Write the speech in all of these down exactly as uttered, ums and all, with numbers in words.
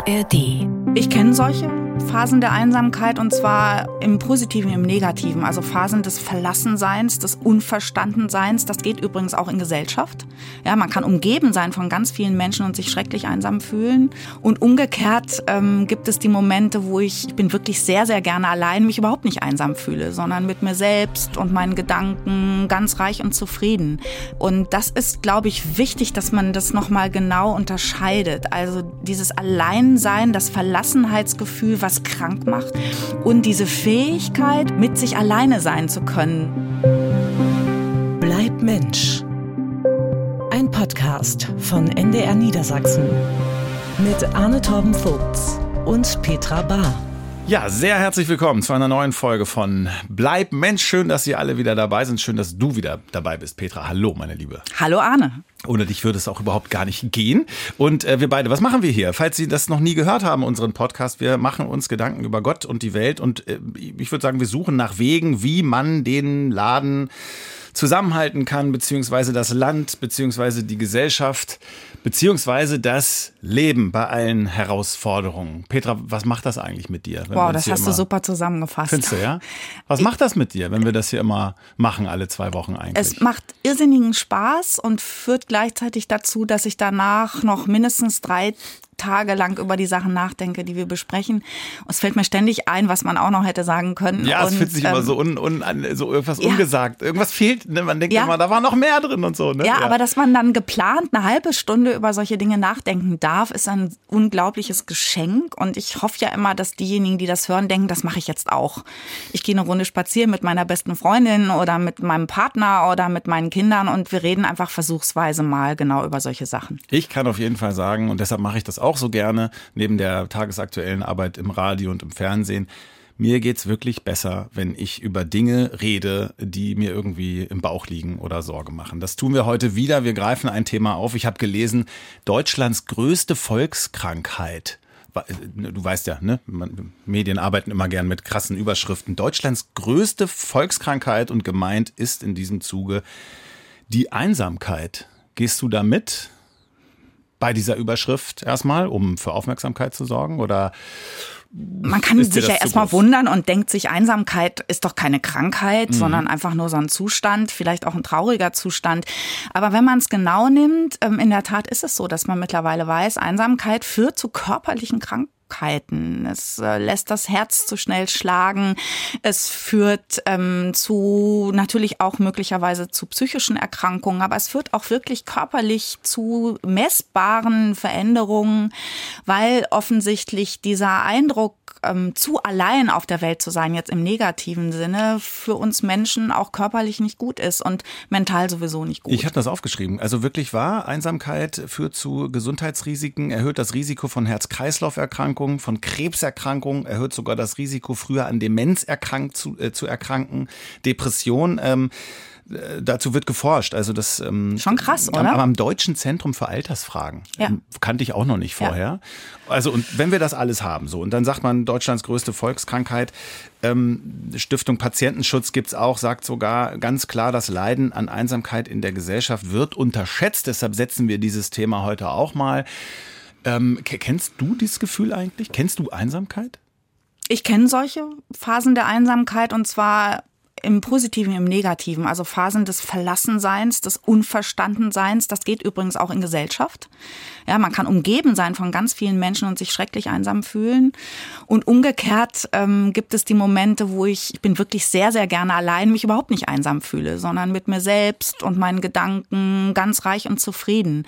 A R D. Ich kenne solche Phasen der Einsamkeit, und zwar im Positiven, im Negativen. Also Phasen des Verlassenseins, des Unverstandenseins. Das geht übrigens auch in Gesellschaft. Ja, man kann umgeben sein von ganz vielen Menschen und sich schrecklich einsam fühlen. Und umgekehrt ähm, gibt es die Momente, wo ich, ich bin wirklich sehr, sehr gerne allein, mich überhaupt nicht einsam fühle, sondern mit mir selbst und meinen Gedanken ganz reich und zufrieden. Und das ist, glaube ich, wichtig, dass man das nochmal genau unterscheidet. Also dieses Alleinsein, das Verlassenheitsgefühl, was krank macht, und diese Fähigkeit, mit sich alleine sein zu können. Bleib Mensch. Ein Podcast von N D R Niedersachsen mit Arne Torben Vogts und Petra Bahr. Ja, sehr herzlich willkommen zu einer neuen Folge von Bleib Mensch. Schön, dass Sie alle wieder dabei sind. Schön, dass du wieder dabei bist, Petra. Hallo, meine Liebe. Hallo, Arne. Ohne dich würde es auch überhaupt gar nicht gehen. Und äh, wir beide, was machen wir hier? Falls Sie das noch nie gehört haben, unseren Podcast, wir machen uns Gedanken über Gott und die Welt. Und äh, ich würde sagen, wir suchen nach Wegen, wie man den Laden zusammenhalten kann, beziehungsweise das Land, beziehungsweise die Gesellschaft, beziehungsweise das Leben bei allen Herausforderungen. Petra, was macht das eigentlich mit dir? Wow, das hast du super zusammengefasst. Findest du, ja? Was ich, macht das mit dir, wenn wir das hier immer machen, alle zwei Wochen eigentlich? Es macht irrsinnigen Spaß und führt gleichzeitig dazu, dass ich danach noch mindestens drei Tage lang über die Sachen nachdenke, die wir besprechen. Und es fällt mir ständig ein, was man auch noch hätte sagen können. Ja, es und, fühlt sich ähm, immer so, un, un, so irgendwas ja. ungesagt. Irgendwas fehlt. Ne? Man denkt ja. immer, da war noch mehr drin und so. Ne? Ja, Ja, aber dass man dann geplant eine halbe Stunde über solche Dinge nachdenken darf, ist ein unglaubliches Geschenk. Und ich hoffe ja immer, dass diejenigen, die das hören, denken, das mache ich jetzt auch. Ich gehe eine Runde spazieren mit meiner besten Freundin oder mit meinem Partner oder mit meinen Kindern und wir reden einfach versuchsweise mal genau über solche Sachen. Ich kann auf jeden Fall sagen, und deshalb mache ich das auch so gerne, neben der tagesaktuellen Arbeit im Radio und im Fernsehen, mir geht's wirklich besser, wenn ich über Dinge rede, die mir irgendwie im Bauch liegen oder Sorge machen. Das tun wir heute wieder. Wir greifen ein Thema auf. Ich habe gelesen, Deutschlands größte Volkskrankheit. Du weißt ja, ne? Medien arbeiten immer gern mit krassen Überschriften. Deutschlands größte Volkskrankheit, und gemeint ist in diesem Zuge die Einsamkeit. Gehst du da mit? Bei dieser Überschrift erstmal, um für Aufmerksamkeit zu sorgen, oder? Man kann sich ja erstmal wundern und denkt sich, Einsamkeit ist doch keine Krankheit, mhm. sondern einfach nur so ein Zustand, vielleicht auch ein trauriger Zustand. Aber wenn man es genau nimmt, in der Tat ist es so, dass man mittlerweile weiß, Einsamkeit führt zu körperlichen Krankheiten. Es äh, lässt das Herz zu schnell schlagen. Es führt ähm, zu, natürlich auch möglicherweise zu psychischen Erkrankungen, aber es führt auch wirklich körperlich zu messbaren Veränderungen, weil offensichtlich dieser Eindruck, ähm, zu allein auf der Welt zu sein, jetzt im negativen Sinne, für uns Menschen auch körperlich nicht gut ist und mental sowieso nicht gut. Ich habe das aufgeschrieben. Also wirklich wahr, Einsamkeit führt zu Gesundheitsrisiken, erhöht das Risiko von Herz-Kreislauf-Erkrankungen, von Krebserkrankungen, erhöht sogar das Risiko, früher an Demenz erkrankt zu, äh, zu erkranken, Depression. Ähm, äh, dazu wird geforscht. Also das ähm, schon krass, oder? Am, am Deutschen Zentrum für Altersfragen. Ja. Kannte ich auch noch nicht vorher. Ja. Also und wenn wir das alles haben, so, und dann sagt man, Deutschlands größte Volkskrankheit, ähm, Stiftung Patientenschutz gibt's auch, sagt sogar ganz klar, das Leiden an Einsamkeit in der Gesellschaft wird unterschätzt. Deshalb setzen wir dieses Thema heute auch mal. Ähm, kennst du dieses Gefühl eigentlich? Kennst du Einsamkeit? Ich kenne solche Phasen der Einsamkeit, und zwar im Positiven, im Negativen. Also Phasen des Verlassenseins, des Unverstandenseins. Das geht übrigens auch in Gesellschaft. Ja, man kann umgeben sein von ganz vielen Menschen und sich schrecklich einsam fühlen. Und umgekehrt ähm, gibt es die Momente, wo ich, ich bin wirklich sehr, sehr gerne allein, mich überhaupt nicht einsam fühle, sondern mit mir selbst und meinen Gedanken ganz reich und zufrieden.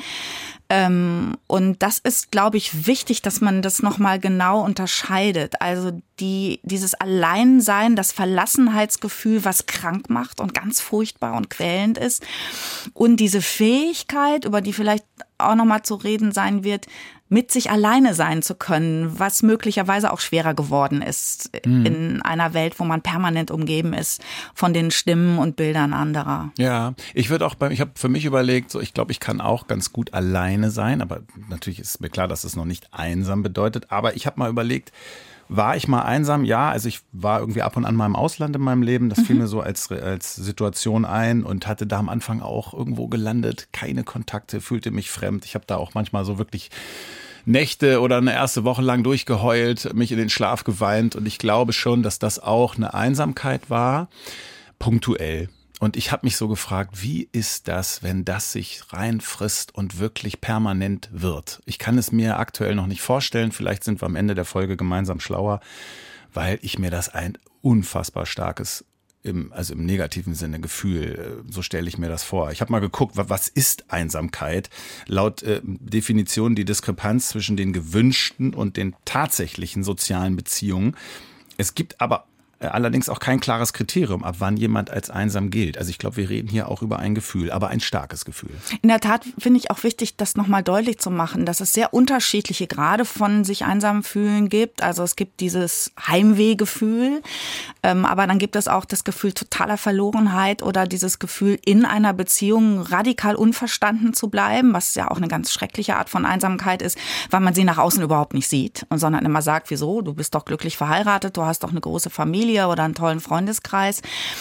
Ähm, und das ist, glaube ich, wichtig, dass man das nochmal genau unterscheidet. Also die, dieses Alleinsein, das Verlassenheitsgefühl, was krank macht und ganz furchtbar und quälend ist. Und diese Fähigkeit, über die vielleicht auch nochmal zu reden sein wird, mit sich alleine sein zu können, was möglicherweise auch schwerer geworden ist mhm. in einer Welt, wo man permanent umgeben ist von den Stimmen und Bildern anderer. Ja, ich würde auch, beim, ich habe für mich überlegt, so ich glaube, ich kann auch ganz gut alleine sein, aber natürlich ist mir klar, dass es noch nicht einsam bedeutet, aber ich habe mal überlegt, war ich mal einsam? Ja, also ich war irgendwie ab und an mal im Ausland in meinem Leben. Das mhm. fiel mir so als, als Situation ein und hatte da am Anfang auch irgendwo gelandet. Keine Kontakte, fühlte mich fremd. Ich habe da auch manchmal so wirklich Nächte oder eine erste Woche lang durchgeheult, mich in den Schlaf geweint und ich glaube schon, dass das auch eine Einsamkeit war, punktuell. Und ich habe mich so gefragt, wie ist das, wenn das sich reinfrisst und wirklich permanent wird? Ich kann es mir aktuell noch nicht vorstellen, vielleicht sind wir am Ende der Folge gemeinsam schlauer, weil ich mir das ein unfassbar starkes Im, also im negativen Sinne Gefühl, so stelle ich mir das vor. Ich habe mal geguckt, was ist Einsamkeit? Laut äh, Definition die Diskrepanz zwischen den gewünschten und den tatsächlichen sozialen Beziehungen. Es gibt aber allerdings auch kein klares Kriterium, ab wann jemand als einsam gilt. Also ich glaube, wir reden hier auch über ein Gefühl, aber ein starkes Gefühl. In der Tat finde ich auch wichtig, das nochmal deutlich zu machen, dass es sehr unterschiedliche Grade von sich einsam fühlen gibt. Also es gibt dieses Heimwehgefühl, ähm, aber dann gibt es auch das Gefühl totaler Verlorenheit oder dieses Gefühl, in einer Beziehung radikal unverstanden zu bleiben, was ja auch eine ganz schreckliche Art von Einsamkeit ist, weil man sie nach außen überhaupt nicht sieht, sondern immer sagt, wieso, du bist doch glücklich verheiratet, du hast doch eine große Familie oder einen tollen Freundeskreis.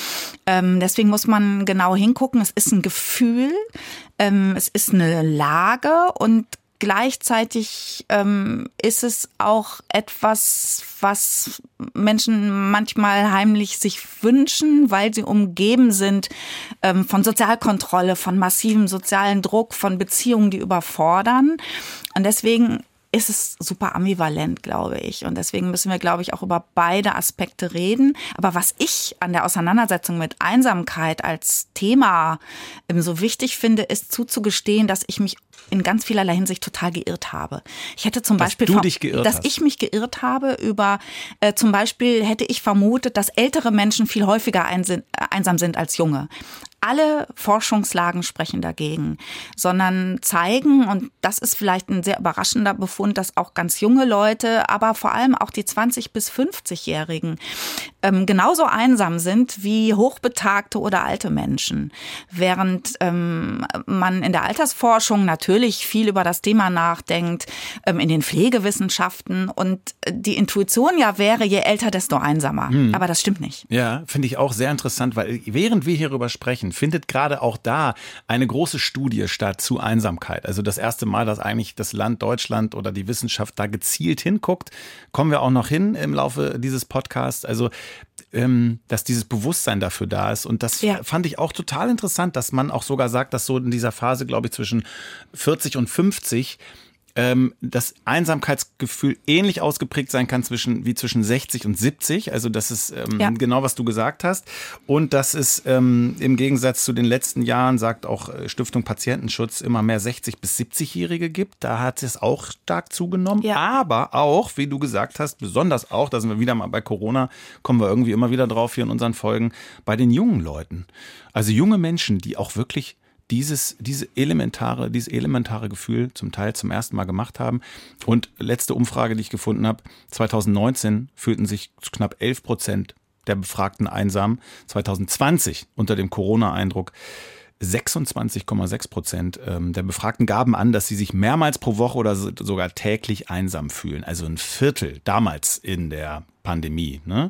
Ähm, deswegen muss man genau hingucken. Es ist ein Gefühl, ähm, es ist eine Lage und gleichzeitig ähm, ist es auch etwas, was Menschen manchmal heimlich sich wünschen, weil sie umgeben sind ähm, von Sozialkontrolle, von massivem sozialen Druck, von Beziehungen, die überfordern. Und deswegen ist es super ambivalent, glaube ich. Und deswegen müssen wir, glaube ich, auch über beide Aspekte reden. Aber was ich an der Auseinandersetzung mit Einsamkeit als Thema so wichtig finde, ist zuzugestehen, dass ich mich in ganz vielerlei Hinsicht total geirrt habe. Ich hätte zum dass Beispiel, du dich geirrt dass hast. ich mich geirrt habe über, äh, zum Beispiel hätte ich vermutet, dass ältere Menschen viel häufiger einsin- einsam sind als junge. Alle Forschungslagen sprechen dagegen, sondern zeigen, und das ist vielleicht ein sehr überraschender Befund, dass auch ganz junge Leute, aber vor allem auch die zwanzig- bis fünfzigjährigen ähm, genauso einsam sind wie hochbetagte oder alte Menschen. Während ähm, man in der Altersforschung natürlich viel über das Thema nachdenkt, ähm, in den Pflegewissenschaften, und die Intuition ja wäre, je älter, desto einsamer. Hm. Aber das stimmt nicht. Ja, finde ich auch sehr interessant, weil während wir hierüber sprechen, findet gerade auch da eine große Studie statt zu Einsamkeit. Also das erste Mal, dass eigentlich das Land Deutschland oder die Wissenschaft da gezielt hinguckt, kommen wir auch noch hin im Laufe dieses Podcasts. Also ähm, dass dieses Bewusstsein dafür da ist. Und das ja. fand ich auch total interessant, dass man auch sogar sagt, dass so in dieser Phase, glaube ich, zwischen vierzig und fünfzig ähm, das Einsamkeitsgefühl ähnlich ausgeprägt sein kann zwischen wie zwischen sechzig und siebzig. Also das ist ähm, ja. genau, was du gesagt hast. Und das ist ähm, im Gegensatz zu den letzten Jahren, sagt auch Stiftung Patientenschutz, immer mehr sechzig- bis siebzigjährige gibt. Da hat es auch stark zugenommen. Ja. Aber auch, wie du gesagt hast, besonders auch, da sind wir wieder mal bei Corona, kommen wir irgendwie immer wieder drauf hier in unseren Folgen, bei den jungen Leuten. Also junge Menschen, die auch wirklich Dieses, diese elementare, dieses elementare Gefühl zum Teil zum ersten Mal gemacht haben. Und letzte Umfrage, die ich gefunden habe, zwanzig neunzehn fühlten sich knapp elf Prozent der Befragten einsam. zwanzig zwanzig unter dem Corona-Eindruck sechsundzwanzig Komma sechs Prozent der Befragten gaben an, dass sie sich mehrmals pro Woche oder sogar täglich einsam fühlen. Also ein Viertel damals in der Pandemie. Ne?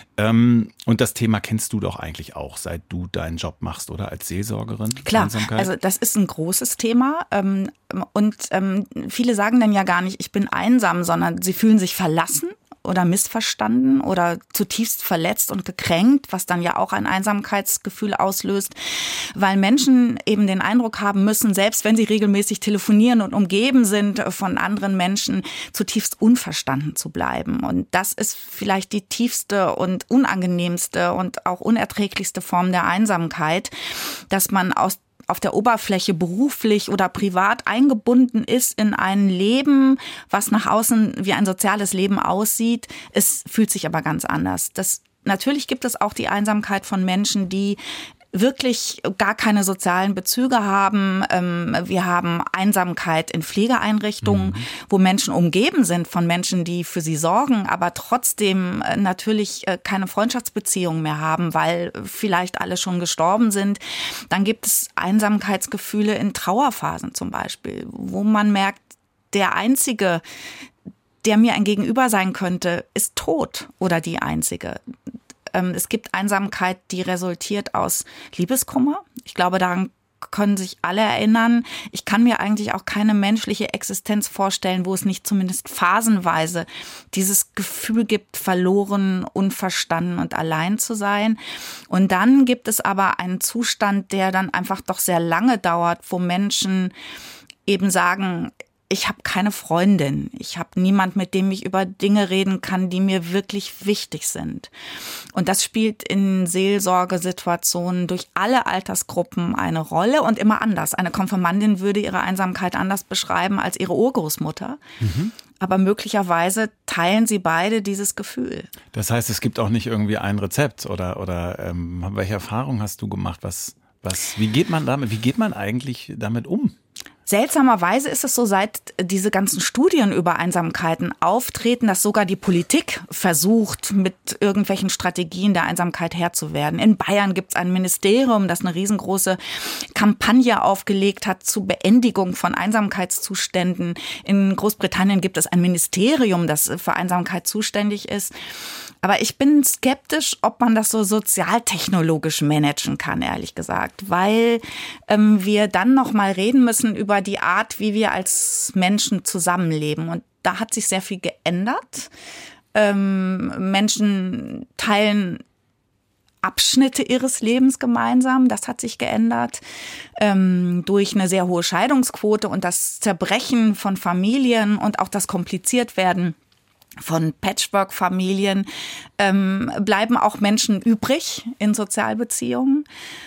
Und das Thema kennst du doch eigentlich auch, seit du deinen Job machst, oder? Als Seelsorgerin? Klar, also das ist ein großes Thema. Und viele sagen dann ja gar nicht, ich bin einsam, sondern sie fühlen sich verlassen oder missverstanden oder zutiefst verletzt und gekränkt, was dann ja auch ein Einsamkeitsgefühl auslöst, weil Menschen eben den Eindruck haben müssen, selbst wenn sie regelmäßig telefonieren und umgeben sind von anderen Menschen, zutiefst unverstanden zu bleiben. Und das ist vielleicht die tiefste und unangenehmste und auch unerträglichste Form der Einsamkeit, dass man aus auf der Oberfläche beruflich oder privat eingebunden ist in ein Leben, was nach außen wie ein soziales Leben aussieht. Es fühlt sich aber ganz anders. Das, natürlich gibt es auch die Einsamkeit von Menschen, die wirklich gar keine sozialen Bezüge haben. Wir haben Einsamkeit in Pflegeeinrichtungen, mhm. wo Menschen umgeben sind von Menschen, die für sie sorgen, aber trotzdem natürlich keine Freundschaftsbeziehungen mehr haben, weil vielleicht alle schon gestorben sind. Dann gibt es Einsamkeitsgefühle in Trauerphasen zum Beispiel, wo man merkt, der Einzige, der mir ein Gegenüber sein könnte, ist tot oder die Einzige. Es gibt Einsamkeit, die resultiert aus Liebeskummer. Ich glaube, daran können sich alle erinnern. Ich kann mir eigentlich auch keine menschliche Existenz vorstellen, wo es nicht zumindest phasenweise dieses Gefühl gibt, verloren, unverstanden und allein zu sein. Und dann gibt es aber einen Zustand, der dann einfach doch sehr lange dauert, wo Menschen eben sagen, ich habe keine Freundin, ich habe niemand, mit dem ich über Dinge reden kann, die mir wirklich wichtig sind. Und das spielt in Seelsorgesituationen durch alle Altersgruppen eine Rolle und immer anders. Eine Konfirmandin würde ihre Einsamkeit anders beschreiben als ihre Urgroßmutter. Mhm. Aber möglicherweise teilen sie beide dieses Gefühl. Das heißt, es gibt auch nicht irgendwie ein Rezept oder, oder ähm, welche Erfahrung hast du gemacht? Was, was, wie geht man damit, wie geht man eigentlich damit um? Seltsamerweise ist es so, seit diese ganzen Studien über Einsamkeiten auftreten, dass sogar die Politik versucht, mit irgendwelchen Strategien der Einsamkeit Herr zu werden. In Bayern gibt es ein Ministerium, das eine riesengroße Kampagne aufgelegt hat zur Beendigung von Einsamkeitszuständen. In Großbritannien gibt es ein Ministerium, das für Einsamkeit zuständig ist. Aber ich bin skeptisch, ob man das so sozialtechnologisch managen kann, ehrlich gesagt, weil ähm, wir dann noch mal reden müssen über die Art, wie wir als Menschen zusammenleben. Und da hat sich sehr viel geändert. Ähm, Menschen teilen Abschnitte ihres Lebens gemeinsam. Das hat sich geändert ähm, durch eine sehr hohe Scheidungsquote und das Zerbrechen von Familien und auch das Kompliziertwerden von Patchwork-Familien ähm, bleiben auch Menschen übrig in Sozialbeziehungen.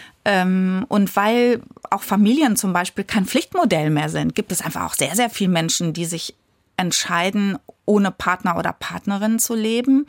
Ähm, und weil auch Familien zum Beispiel kein Pflichtmodell mehr sind, gibt es einfach auch sehr, sehr viele Menschen, die sich entscheiden, ohne Partner oder Partnerin zu leben.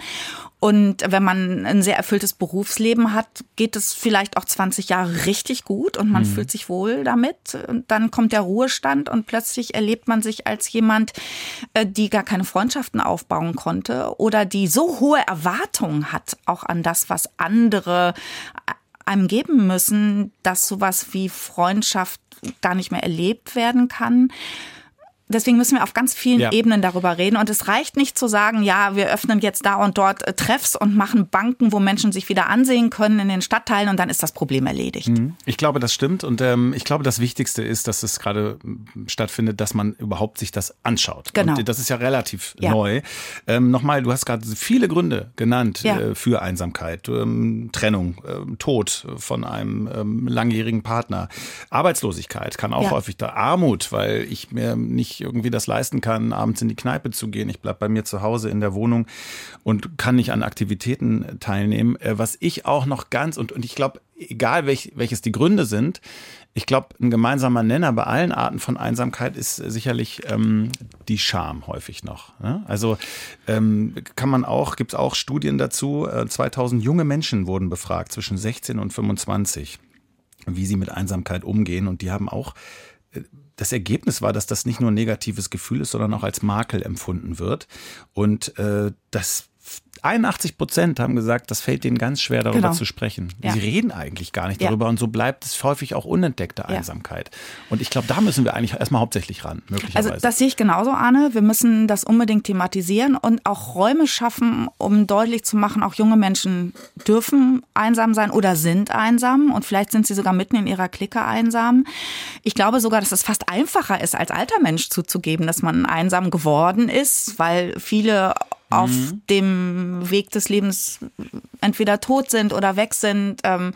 Und wenn man ein sehr erfülltes Berufsleben hat, geht es vielleicht auch zwanzig Jahre richtig gut und man mhm. fühlt sich wohl damit. Und dann kommt der Ruhestand und plötzlich erlebt man sich als jemand, die gar keine Freundschaften aufbauen konnte oder die so hohe Erwartungen hat, auch an das, was andere einem geben müssen, dass sowas wie Freundschaft gar nicht mehr erlebt werden kann. Deswegen müssen wir auf ganz vielen ja. Ebenen darüber reden. Und es reicht nicht zu sagen, ja, wir öffnen jetzt da und dort äh, Treffs und machen Banken, wo Menschen sich wieder ansehen können in den Stadtteilen und dann ist das Problem erledigt. Ich glaube, das stimmt. Und ähm, ich glaube, das Wichtigste ist, dass es gerade stattfindet, dass man überhaupt sich das anschaut. Genau. Und das ist ja relativ ja. neu. Ähm, Nochmal, du hast gerade viele Gründe genannt ja. äh, für Einsamkeit. Ähm, Trennung, äh, Tod von einem ähm, langjährigen Partner. Arbeitslosigkeit kann auch ja. häufig da. Armut, weil ich mir nicht irgendwie das leisten kann, abends in die Kneipe zu gehen. Ich bleibe bei mir zu Hause in der Wohnung und kann nicht an Aktivitäten teilnehmen. Was ich auch noch ganz, und, und ich glaube, egal welch, welches die Gründe sind, ich glaube, ein gemeinsamer Nenner bei allen Arten von Einsamkeit ist sicherlich ähm, die Scham häufig noch. Ne? Also ähm, kann man auch, gibt es auch Studien dazu, äh, zweitausend junge Menschen wurden befragt, zwischen sechzehn und fünfundzwanzig, wie sie mit Einsamkeit umgehen, und die haben auch äh, das Ergebnis war, dass das nicht nur ein negatives Gefühl ist, sondern auch als Makel empfunden wird. Und äh, das einundachtzig Prozent haben gesagt, das fällt denen ganz schwer, darüber genau. zu sprechen. Ja. Sie reden eigentlich gar nicht ja. darüber und so bleibt es häufig auch unentdeckte Einsamkeit. Ja. Und ich glaube, da müssen wir eigentlich erstmal hauptsächlich ran, möglicherweise. Also das sehe ich genauso, Arne. Wir müssen das unbedingt thematisieren und auch Räume schaffen, um deutlich zu machen, auch junge Menschen dürfen einsam sein oder sind einsam und vielleicht sind sie sogar mitten in ihrer Clique einsam. Ich glaube sogar, dass es fast einfacher ist, als alter Mensch zuzugeben, dass man einsam geworden ist, weil viele auf mhm. dem Weg des Lebens entweder tot sind oder weg sind. Ähm,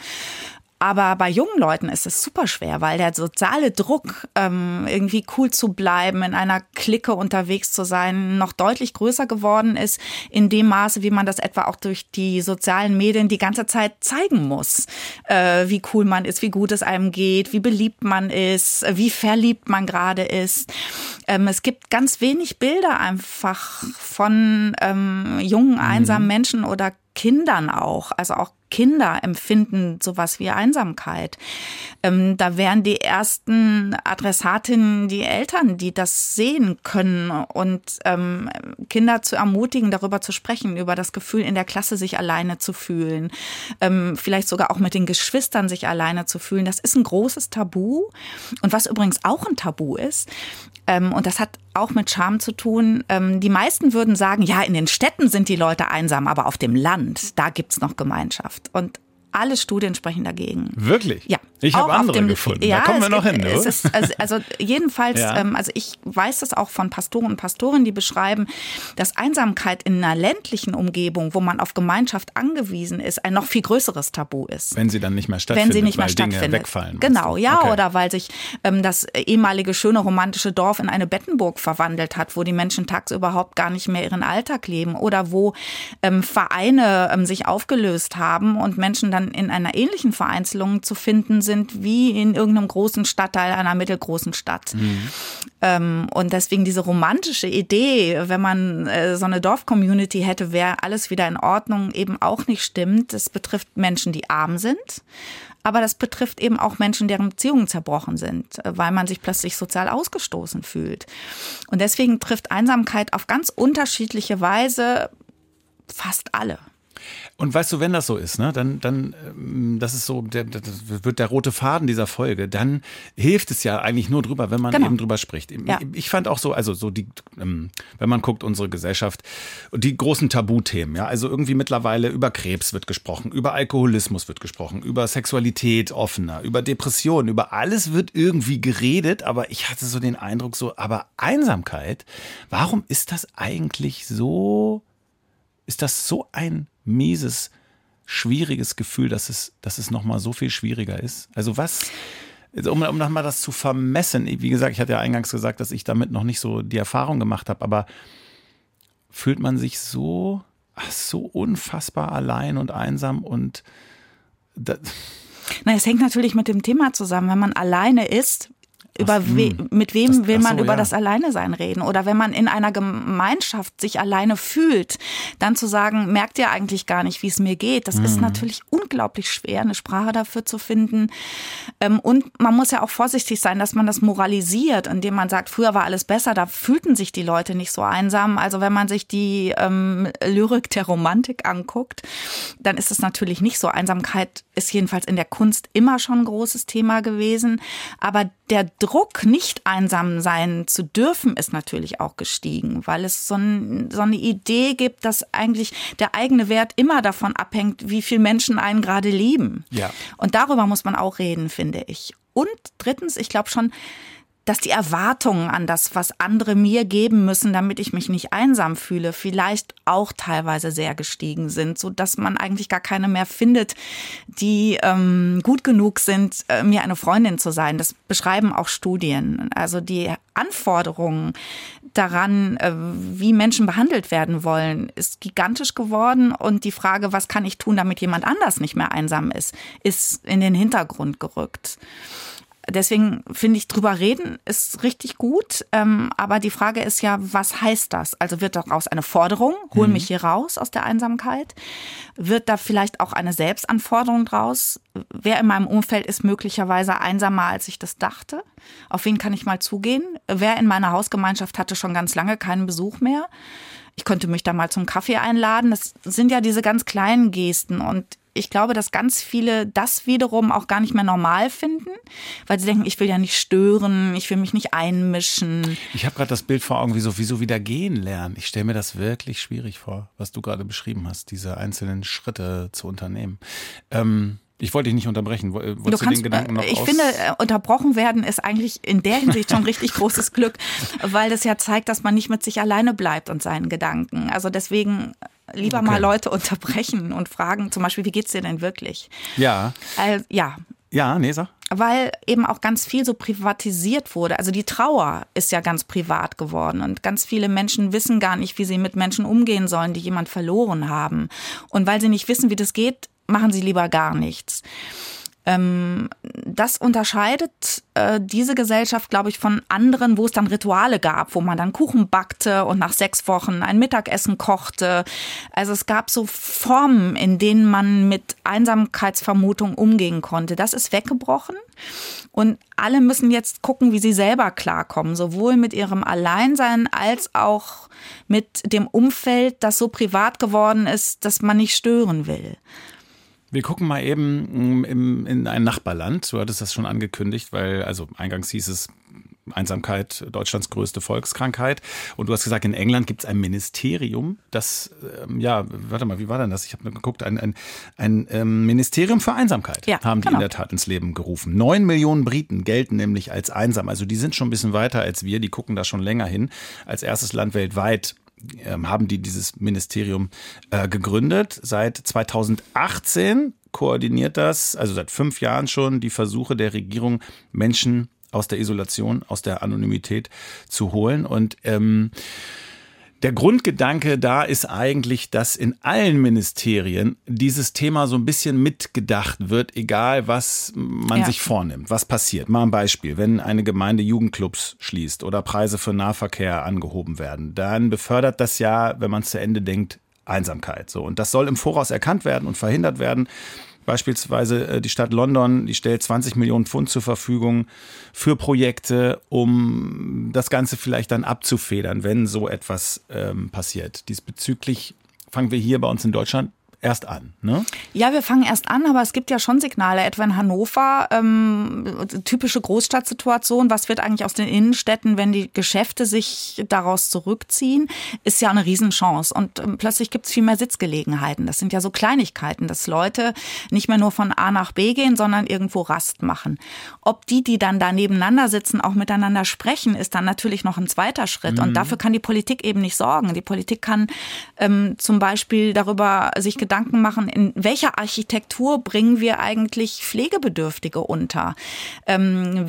aber bei jungen Leuten ist es super schwer, weil der soziale Druck, ähm, irgendwie cool zu bleiben, in einer Clique unterwegs zu sein, noch deutlich größer geworden ist, in dem Maße, wie man das etwa auch durch die sozialen Medien die ganze Zeit zeigen muss. Äh, wie cool man ist, wie gut es einem geht, wie beliebt man ist, wie verliebt man gerade ist. Ähm, es gibt ganz wenig Bilder einfach von ähm, jungen, einsamen Menschen oder Kindern auch, also auch Kinder empfinden sowas wie Einsamkeit. Ähm, da wären die ersten Adressatinnen die Eltern, die das sehen können und ähm, Kinder zu ermutigen, darüber zu sprechen, über das Gefühl, in der Klasse sich alleine zu fühlen, ähm, vielleicht sogar auch mit den Geschwistern sich alleine zu fühlen. Das ist ein großes Tabu. Und was übrigens auch ein Tabu ist, ähm, und das hat auch mit Scham zu tun, ähm, die meisten würden sagen, ja, in den Städten sind die Leute einsam, aber auf dem Land, da gibt's noch Gemeinschaft. Und alle Studien sprechen dagegen. Wirklich? Ja. Ich habe andere dem, gefunden, ja, da kommen wir noch gibt, hin. Es ist, also, also jedenfalls, ja. ähm, also ich weiß das auch von Pastoren und Pastorinnen, die beschreiben, dass Einsamkeit in einer ländlichen Umgebung, wo man auf Gemeinschaft angewiesen ist, ein noch viel größeres Tabu ist. Wenn sie dann nicht mehr stattfindet, Wenn sie nicht mehr weil stattfindet. Dinge wegfallen. Genau, ja, okay. Oder weil sich ähm, das ehemalige schöne romantische Dorf in eine Bettenburg verwandelt hat, wo die Menschen tagsüber überhaupt gar nicht mehr ihren Alltag leben oder wo ähm, Vereine ähm, sich aufgelöst haben und Menschen dann in einer ähnlichen Vereinzelung zu finden sind wie in irgendeinem großen Stadtteil einer mittelgroßen Stadt. Mhm. Ähm, und deswegen diese romantische Idee, wenn man äh, so eine Dorfcommunity hätte, wäre alles wieder in Ordnung, eben auch nicht stimmt. Das betrifft Menschen, die arm sind. Aber das betrifft eben auch Menschen, deren Beziehungen zerbrochen sind, weil man sich plötzlich sozial ausgestoßen fühlt. Und deswegen trifft Einsamkeit auf ganz unterschiedliche Weise fast alle. Und weißt du, wenn das so ist, ne, dann, dann, das ist so, der, das wird der rote Faden dieser Folge, dann hilft es ja eigentlich nur drüber, wenn man genau. eben drüber spricht. Ja. Ich fand auch so, also so die, wenn man guckt, unsere Gesellschaft, die großen Tabuthemen, ja, also irgendwie mittlerweile über Krebs wird gesprochen, über Alkoholismus wird gesprochen, über Sexualität offener, über Depressionen, über alles wird irgendwie geredet, aber ich hatte so den Eindruck so, aber Einsamkeit, warum ist das eigentlich so, ist das so ein mieses, schwieriges Gefühl, dass es, dass es nochmal so viel schwieriger ist? Also was, um, um nochmal das zu vermessen, wie gesagt, ich hatte ja eingangs gesagt, dass ich damit noch nicht so die Erfahrung gemacht habe, aber fühlt man sich so, ach, so unfassbar allein und einsam und das Na, es hängt natürlich mit dem Thema zusammen. Wenn man alleine ist, Über Ach, we, mit wem das, will man so, über ja. das Alleinesein reden? Oder wenn man in einer Gemeinschaft sich alleine fühlt, dann zu sagen, merkt ihr eigentlich gar nicht, wie es mir geht? Das mhm. ist natürlich unglaublich schwer, eine Sprache dafür zu finden. Und man muss ja auch vorsichtig sein, dass man das moralisiert, indem man sagt, früher war alles besser, da fühlten sich die Leute nicht so einsam. Also wenn man sich die ähm, Lyrik der Romantik anguckt, dann ist es natürlich nicht so. Einsamkeit ist jedenfalls in der Kunst immer schon ein großes Thema gewesen. Aber der Druck, nicht einsam sein zu dürfen, ist natürlich auch gestiegen, weil es so, ein, so eine Idee gibt, dass eigentlich der eigene Wert immer davon abhängt, wie viele Menschen einen gerade lieben. Ja. Und darüber muss man auch reden, finde ich. Und drittens, ich glaube schon, dass die Erwartungen an das, was andere mir geben müssen, damit ich mich nicht einsam fühle, vielleicht auch teilweise sehr gestiegen sind, so dass man eigentlich gar keine mehr findet, die ähm, gut genug sind, äh, mir eine Freundin zu sein. Das beschreiben auch Studien. Also die Anforderungen daran, äh, wie Menschen behandelt werden wollen, ist gigantisch geworden. Und die Frage, was kann ich tun, damit jemand anders nicht mehr einsam ist, ist in den Hintergrund gerückt. Deswegen finde ich, drüber reden ist richtig gut. Ähm, aber die Frage ist ja, was heißt das? Also wird daraus eine Forderung, hol mich hier raus aus der Einsamkeit? Wird da vielleicht auch eine Selbstanforderung draus? Wer in meinem Umfeld ist möglicherweise einsamer, als ich das dachte? Auf wen kann ich mal zugehen? Wer in meiner Hausgemeinschaft hatte schon ganz lange keinen Besuch mehr? Ich könnte mich da mal zum Kaffee einladen. Das sind ja diese ganz kleinen Gesten. Und ich glaube, dass ganz viele das wiederum auch gar nicht mehr normal finden, weil sie denken, ich will ja nicht stören, ich will mich nicht einmischen. Ich habe gerade das Bild vor Augen, wie so, wie so wieder gehen lernen. Ich stelle mir das wirklich schwierig vor, was du gerade beschrieben hast, diese einzelnen Schritte zu unternehmen. Ähm Ich wollte dich nicht unterbrechen. Wolltest du, du kannst, den Gedanken noch Ich aus- finde, unterbrochen werden ist eigentlich in der Hinsicht schon richtig großes Glück, weil das ja zeigt, dass man nicht mit sich alleine bleibt und seinen Gedanken. Also deswegen lieber Okay. mal Leute unterbrechen und fragen, zum Beispiel, wie geht's dir denn wirklich? Ja. Also, ja. Ja, nee, sag. Weil eben auch ganz viel so privatisiert wurde. Also die Trauer ist ja ganz privat geworden und ganz viele Menschen wissen gar nicht, wie sie mit Menschen umgehen sollen, die jemand verloren haben. Und weil sie nicht wissen, wie das geht, machen sie lieber gar nichts. Ähm, das unterscheidet äh, diese Gesellschaft, glaube ich, von anderen, wo es dann Rituale gab, wo man dann Kuchen backte und nach sechs Wochen ein Mittagessen kochte. Also es gab so Formen, in denen man mit Einsamkeitsvermutung umgehen konnte. Das ist weggebrochen und alle müssen jetzt gucken, wie sie selber klarkommen, sowohl mit ihrem Alleinsein als auch mit dem Umfeld, das so privat geworden ist, dass man nicht stören will. Wir gucken mal eben im, in ein Nachbarland. Du hattest das schon angekündigt, weil, also eingangs hieß es, Einsamkeit, Deutschlands größte Volkskrankheit. Und du hast gesagt, in England gibt es ein Ministerium, das, ähm, ja, warte mal, wie war denn das? Ich habe nur geguckt, ein, ein, ein ähm, Ministerium für Einsamkeit ja, haben die genau. in der Tat ins Leben gerufen. Neun Millionen Briten gelten nämlich als einsam. Also die sind schon ein bisschen weiter als wir, die gucken da schon länger hin. Als erstes Land weltweit ähm, haben die dieses Ministerium äh, gegründet. Seit zweitausendachtzehn koordiniert das, also seit fünf Jahren schon, die Versuche der Regierung, Menschen aus der Isolation, aus der Anonymität zu holen. Und ähm, der Grundgedanke da ist eigentlich, dass in allen Ministerien dieses Thema so ein bisschen mitgedacht wird, egal was man ja. sich vornimmt, was passiert. Mal ein Beispiel, wenn eine Gemeinde Jugendclubs schließt oder Preise für Nahverkehr angehoben werden, dann befördert das ja, wenn man es zu Ende denkt, Einsamkeit. So, und das soll im Voraus erkannt werden und verhindert werden. Beispielsweise die Stadt London, die stellt zwanzig Millionen Pfund zur Verfügung für Projekte, um das Ganze vielleicht dann abzufedern, wenn so etwas ähm, passiert. Diesbezüglich fangen wir hier bei uns in Deutschland erst an, ne? Ja, wir fangen erst an, aber es gibt ja schon Signale, etwa in Hannover, ähm, typische Großstadtsituation. Was wird eigentlich aus den Innenstädten, wenn die Geschäfte sich daraus zurückziehen? Ist ja eine Riesenchance. Und ähm, plötzlich gibt es viel mehr Sitzgelegenheiten. Das sind ja so Kleinigkeiten, dass Leute nicht mehr nur von A nach B gehen, sondern irgendwo Rast machen. Ob die, die dann da nebeneinander sitzen, auch miteinander sprechen, ist dann natürlich noch ein zweiter Schritt. Mhm. Und dafür kann die Politik eben nicht sorgen. Die Politik kann ähm, zum Beispiel darüber sich Gedanken machen, in welcher Architektur bringen wir eigentlich Pflegebedürftige unter? Ähm,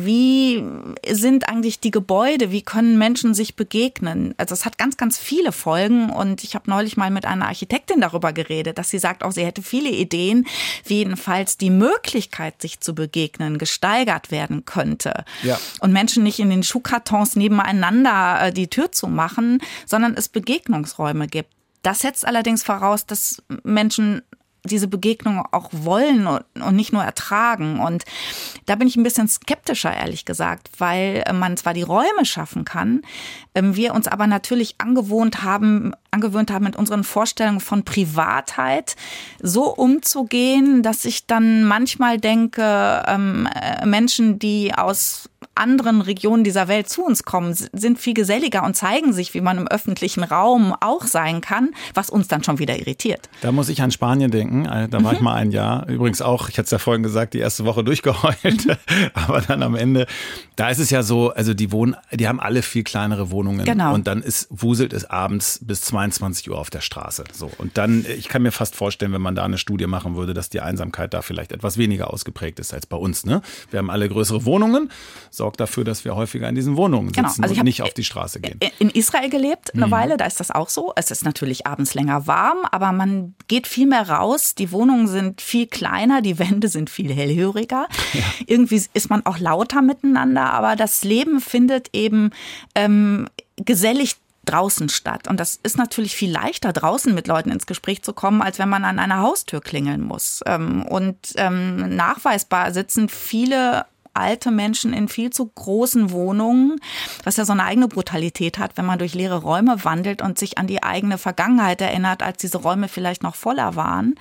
wie sind eigentlich die Gebäude? Wie können Menschen sich begegnen? Also es hat ganz, ganz viele Folgen und ich habe neulich mal mit einer Architektin darüber geredet, dass sie sagt, auch sie hätte viele Ideen, wie jedenfalls die Möglichkeit, sich zu begegnen, gesteigert werden könnte. Ja. Und Menschen nicht in den Schuhkartons nebeneinander die Tür zu machen, sondern es Begegnungsräume gibt. Das setzt allerdings voraus, dass Menschen diese Begegnung auch wollen und nicht nur ertragen. Und da bin ich ein bisschen skeptischer, ehrlich gesagt, weil man zwar die Räume schaffen kann, wir uns aber natürlich angewohnt haben, angewöhnt haben, mit unseren Vorstellungen von Privatheit so umzugehen, dass ich dann manchmal denke, Menschen, die aus anderen Regionen dieser Welt zu uns kommen, sind viel geselliger und zeigen sich, wie man im öffentlichen Raum auch sein kann, was uns dann schon wieder irritiert. Da muss ich an Spanien denken. Da war mhm. ich mal ein Jahr. Übrigens auch, ich hatte es ja vorhin gesagt, die erste Woche durchgeheult. Mhm. Aber dann am Ende, da ist es ja so, also die wohnen, die haben alle viel kleinere Wohnungen. Genau. Und dann ist, wuselt es abends bis zweiundzwanzig Uhr auf der Straße. So. Und dann, ich kann mir fast vorstellen, wenn man da eine Studie machen würde, dass die Einsamkeit da vielleicht etwas weniger ausgeprägt ist als bei uns. Ne? Wir haben alle größere Wohnungen, sorgt dafür, dass wir häufiger in diesen Wohnungen sitzen genau. also und nicht auf die Straße gehen. In Israel gelebt eine mhm. Weile, da ist das auch so. Es ist natürlich abends länger warm, aber man geht viel mehr raus. Die Wohnungen sind viel kleiner, die Wände sind viel hellhöriger. Ja. Irgendwie ist man auch lauter miteinander, aber das Leben findet eben ähm, gesellig draußen statt. Und das ist natürlich viel leichter, draußen mit Leuten ins Gespräch zu kommen, als wenn man an einer Haustür klingeln muss. Und ähm, nachweisbar sitzen viele alte Menschen in viel zu großen Wohnungen, was ja so eine eigene Brutalität hat, wenn man durch leere Räume wandelt und sich an die eigene Vergangenheit erinnert, als diese Räume vielleicht noch voller waren.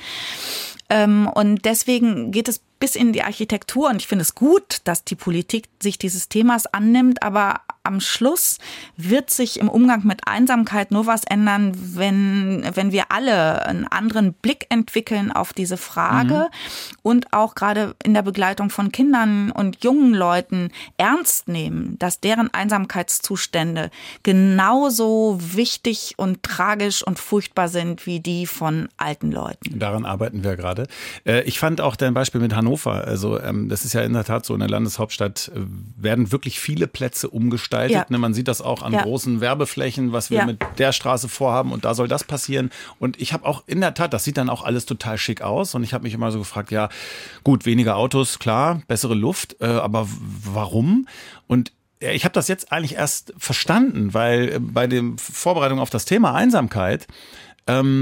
Und deswegen geht es bis in die Architektur. Und ich finde es gut, dass die Politik sich dieses Themas annimmt, aber am Schluss wird sich im Umgang mit Einsamkeit nur was ändern, wenn, wenn wir alle einen anderen Blick entwickeln auf diese Frage mhm. und auch gerade in der Begleitung von Kindern und jungen Leuten ernst nehmen, dass deren Einsamkeitszustände genauso wichtig und tragisch und furchtbar sind wie die von alten Leuten. Daran arbeiten wir gerade. Ich fand auch dein Beispiel mit Hannover, also das ist ja in der Tat so, in der Landeshauptstadt werden wirklich viele Plätze umgestaltet. Ja. Man sieht das auch an ja. großen Werbeflächen, was wir ja. mit der Straße vorhaben und da soll das passieren. Und ich habe auch in der Tat, das sieht dann auch alles total schick aus und ich habe mich immer so gefragt, ja gut, weniger Autos, klar, bessere Luft, aber warum? Und ich habe das jetzt eigentlich erst verstanden, weil bei der Vorbereitung auf das Thema Einsamkeit ähm,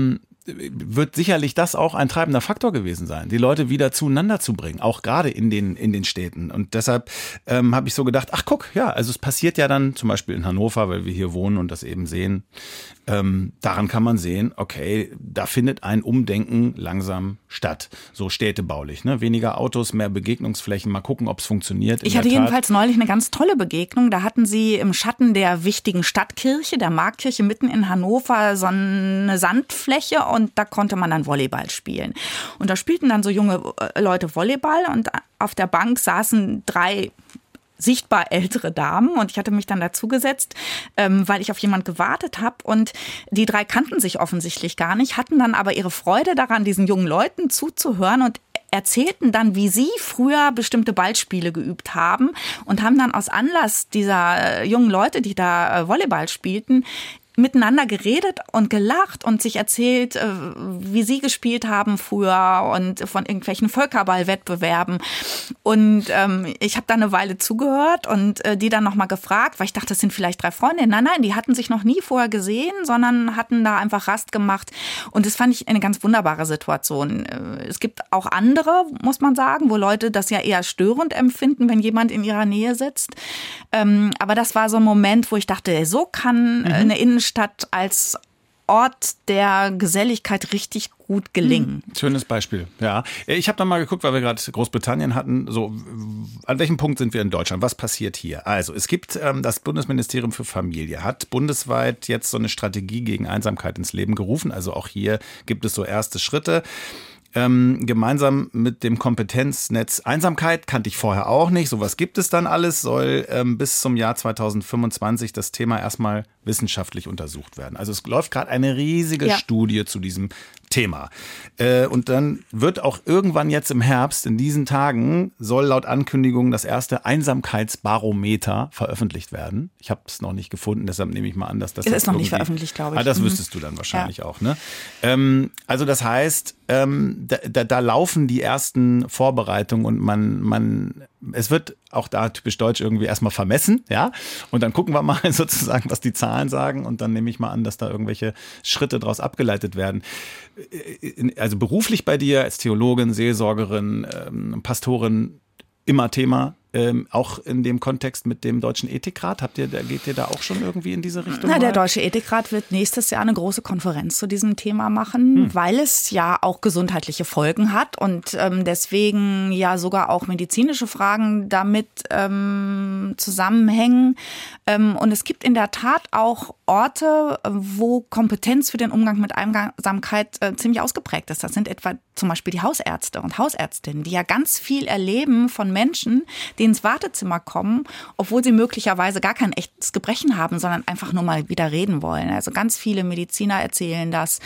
wird sicherlich das auch ein treibender Faktor gewesen sein, die Leute wieder zueinander zu bringen, auch gerade in den, in den Städten. Und deshalb ähm, habe ich so gedacht, ach guck, ja, also es passiert ja dann zum Beispiel in Hannover, weil wir hier wohnen und das eben sehen, ähm, daran kann man sehen, okay, da findet ein Umdenken langsam statt, so städtebaulich, ne? Weniger Autos, mehr Begegnungsflächen, mal gucken, ob es funktioniert. Ich hatte jedenfalls neulich eine ganz tolle Begegnung, da hatten sie im Schatten der wichtigen Stadtkirche, der Marktkirche mitten in Hannover, so eine Sandfläche und da konnte man dann Volleyball spielen. Und da spielten dann so junge Leute Volleyball und auf der Bank saßen drei sichtbar ältere Damen und ich hatte mich dann dazugesetzt, ähm, weil ich auf jemand gewartet habe und die drei kannten sich offensichtlich gar nicht, hatten dann aber ihre Freude daran, diesen jungen Leuten zuzuhören und erzählten dann, wie sie früher bestimmte Ballspiele geübt haben und haben dann aus Anlass dieser jungen Leute, die da Volleyball spielten, miteinander geredet und gelacht und sich erzählt, wie sie gespielt haben früher und von irgendwelchen Völkerballwettbewerben. Und ähm, ich habe da eine Weile zugehört und äh, die dann nochmal gefragt, weil ich dachte, das sind vielleicht drei Freundinnen. Nein, nein, die hatten sich noch nie vorher gesehen, sondern hatten da einfach Rast gemacht. Und das fand ich eine ganz wunderbare Situation. Es gibt auch andere, muss man sagen, wo Leute das ja eher störend empfinden, wenn jemand in ihrer Nähe sitzt. Ähm, aber das war so ein Moment, wo ich dachte, so kann mhm. eine Innenstadt Stadt als Ort der Geselligkeit richtig gut gelingen. Schönes Beispiel, ja. Ich habe dann mal geguckt, weil wir gerade Großbritannien hatten, so an welchem Punkt sind wir in Deutschland? Was passiert hier? Also es gibt ähm, das Bundesministerium für Familie, hat bundesweit jetzt so eine Strategie gegen Einsamkeit ins Leben gerufen. Also auch hier gibt es so erste Schritte. Ähm, gemeinsam mit dem Kompetenznetz Einsamkeit, kannte ich vorher auch nicht, sowas gibt es dann alles, soll ähm, bis zum Jahr zweitausendfünfundzwanzig das Thema erstmal wissenschaftlich untersucht werden. Also es läuft gerade eine riesige ja. Studie zu diesem Thema. Äh, und dann wird auch irgendwann jetzt im Herbst, in diesen Tagen, soll laut Ankündigung das erste Einsamkeitsbarometer veröffentlicht werden. Ich habe es noch nicht gefunden, deshalb nehme ich mal an, dass das... Es ist noch nicht veröffentlicht, glaube ich. Ah, das mhm. wüsstest du dann wahrscheinlich ja. auch, ne? Ähm, also das heißt, ähm, da, da, da laufen die ersten Vorbereitungen und man, man, es wird auch da typisch deutsch irgendwie erstmal vermessen, ja, und dann gucken wir mal sozusagen, was die Zahlen sagen und dann nehme ich mal an, dass da irgendwelche Schritte daraus abgeleitet werden. Also beruflich bei dir als Theologin, Seelsorgerin, ähm, Pastorin immer Thema. Ähm, auch in dem Kontext mit dem Deutschen Ethikrat, habt ihr, geht ihr da auch schon irgendwie in diese Richtung? Na, der Deutsche Ethikrat wird nächstes Jahr eine große Konferenz zu diesem Thema machen, hm. weil es ja auch gesundheitliche Folgen hat und ähm, deswegen ja sogar auch medizinische Fragen damit ähm, zusammenhängen. Ähm, und es gibt in der Tat auch Orte, wo Kompetenz für den Umgang mit Einsamkeit äh, ziemlich ausgeprägt ist. Das sind etwa zum Beispiel die Hausärzte und Hausärztinnen, die ja ganz viel erleben von Menschen, die ins Wartezimmer kommen, obwohl sie möglicherweise gar kein echtes Gebrechen haben, sondern einfach nur mal wieder reden wollen. Also ganz viele Mediziner erzählen das.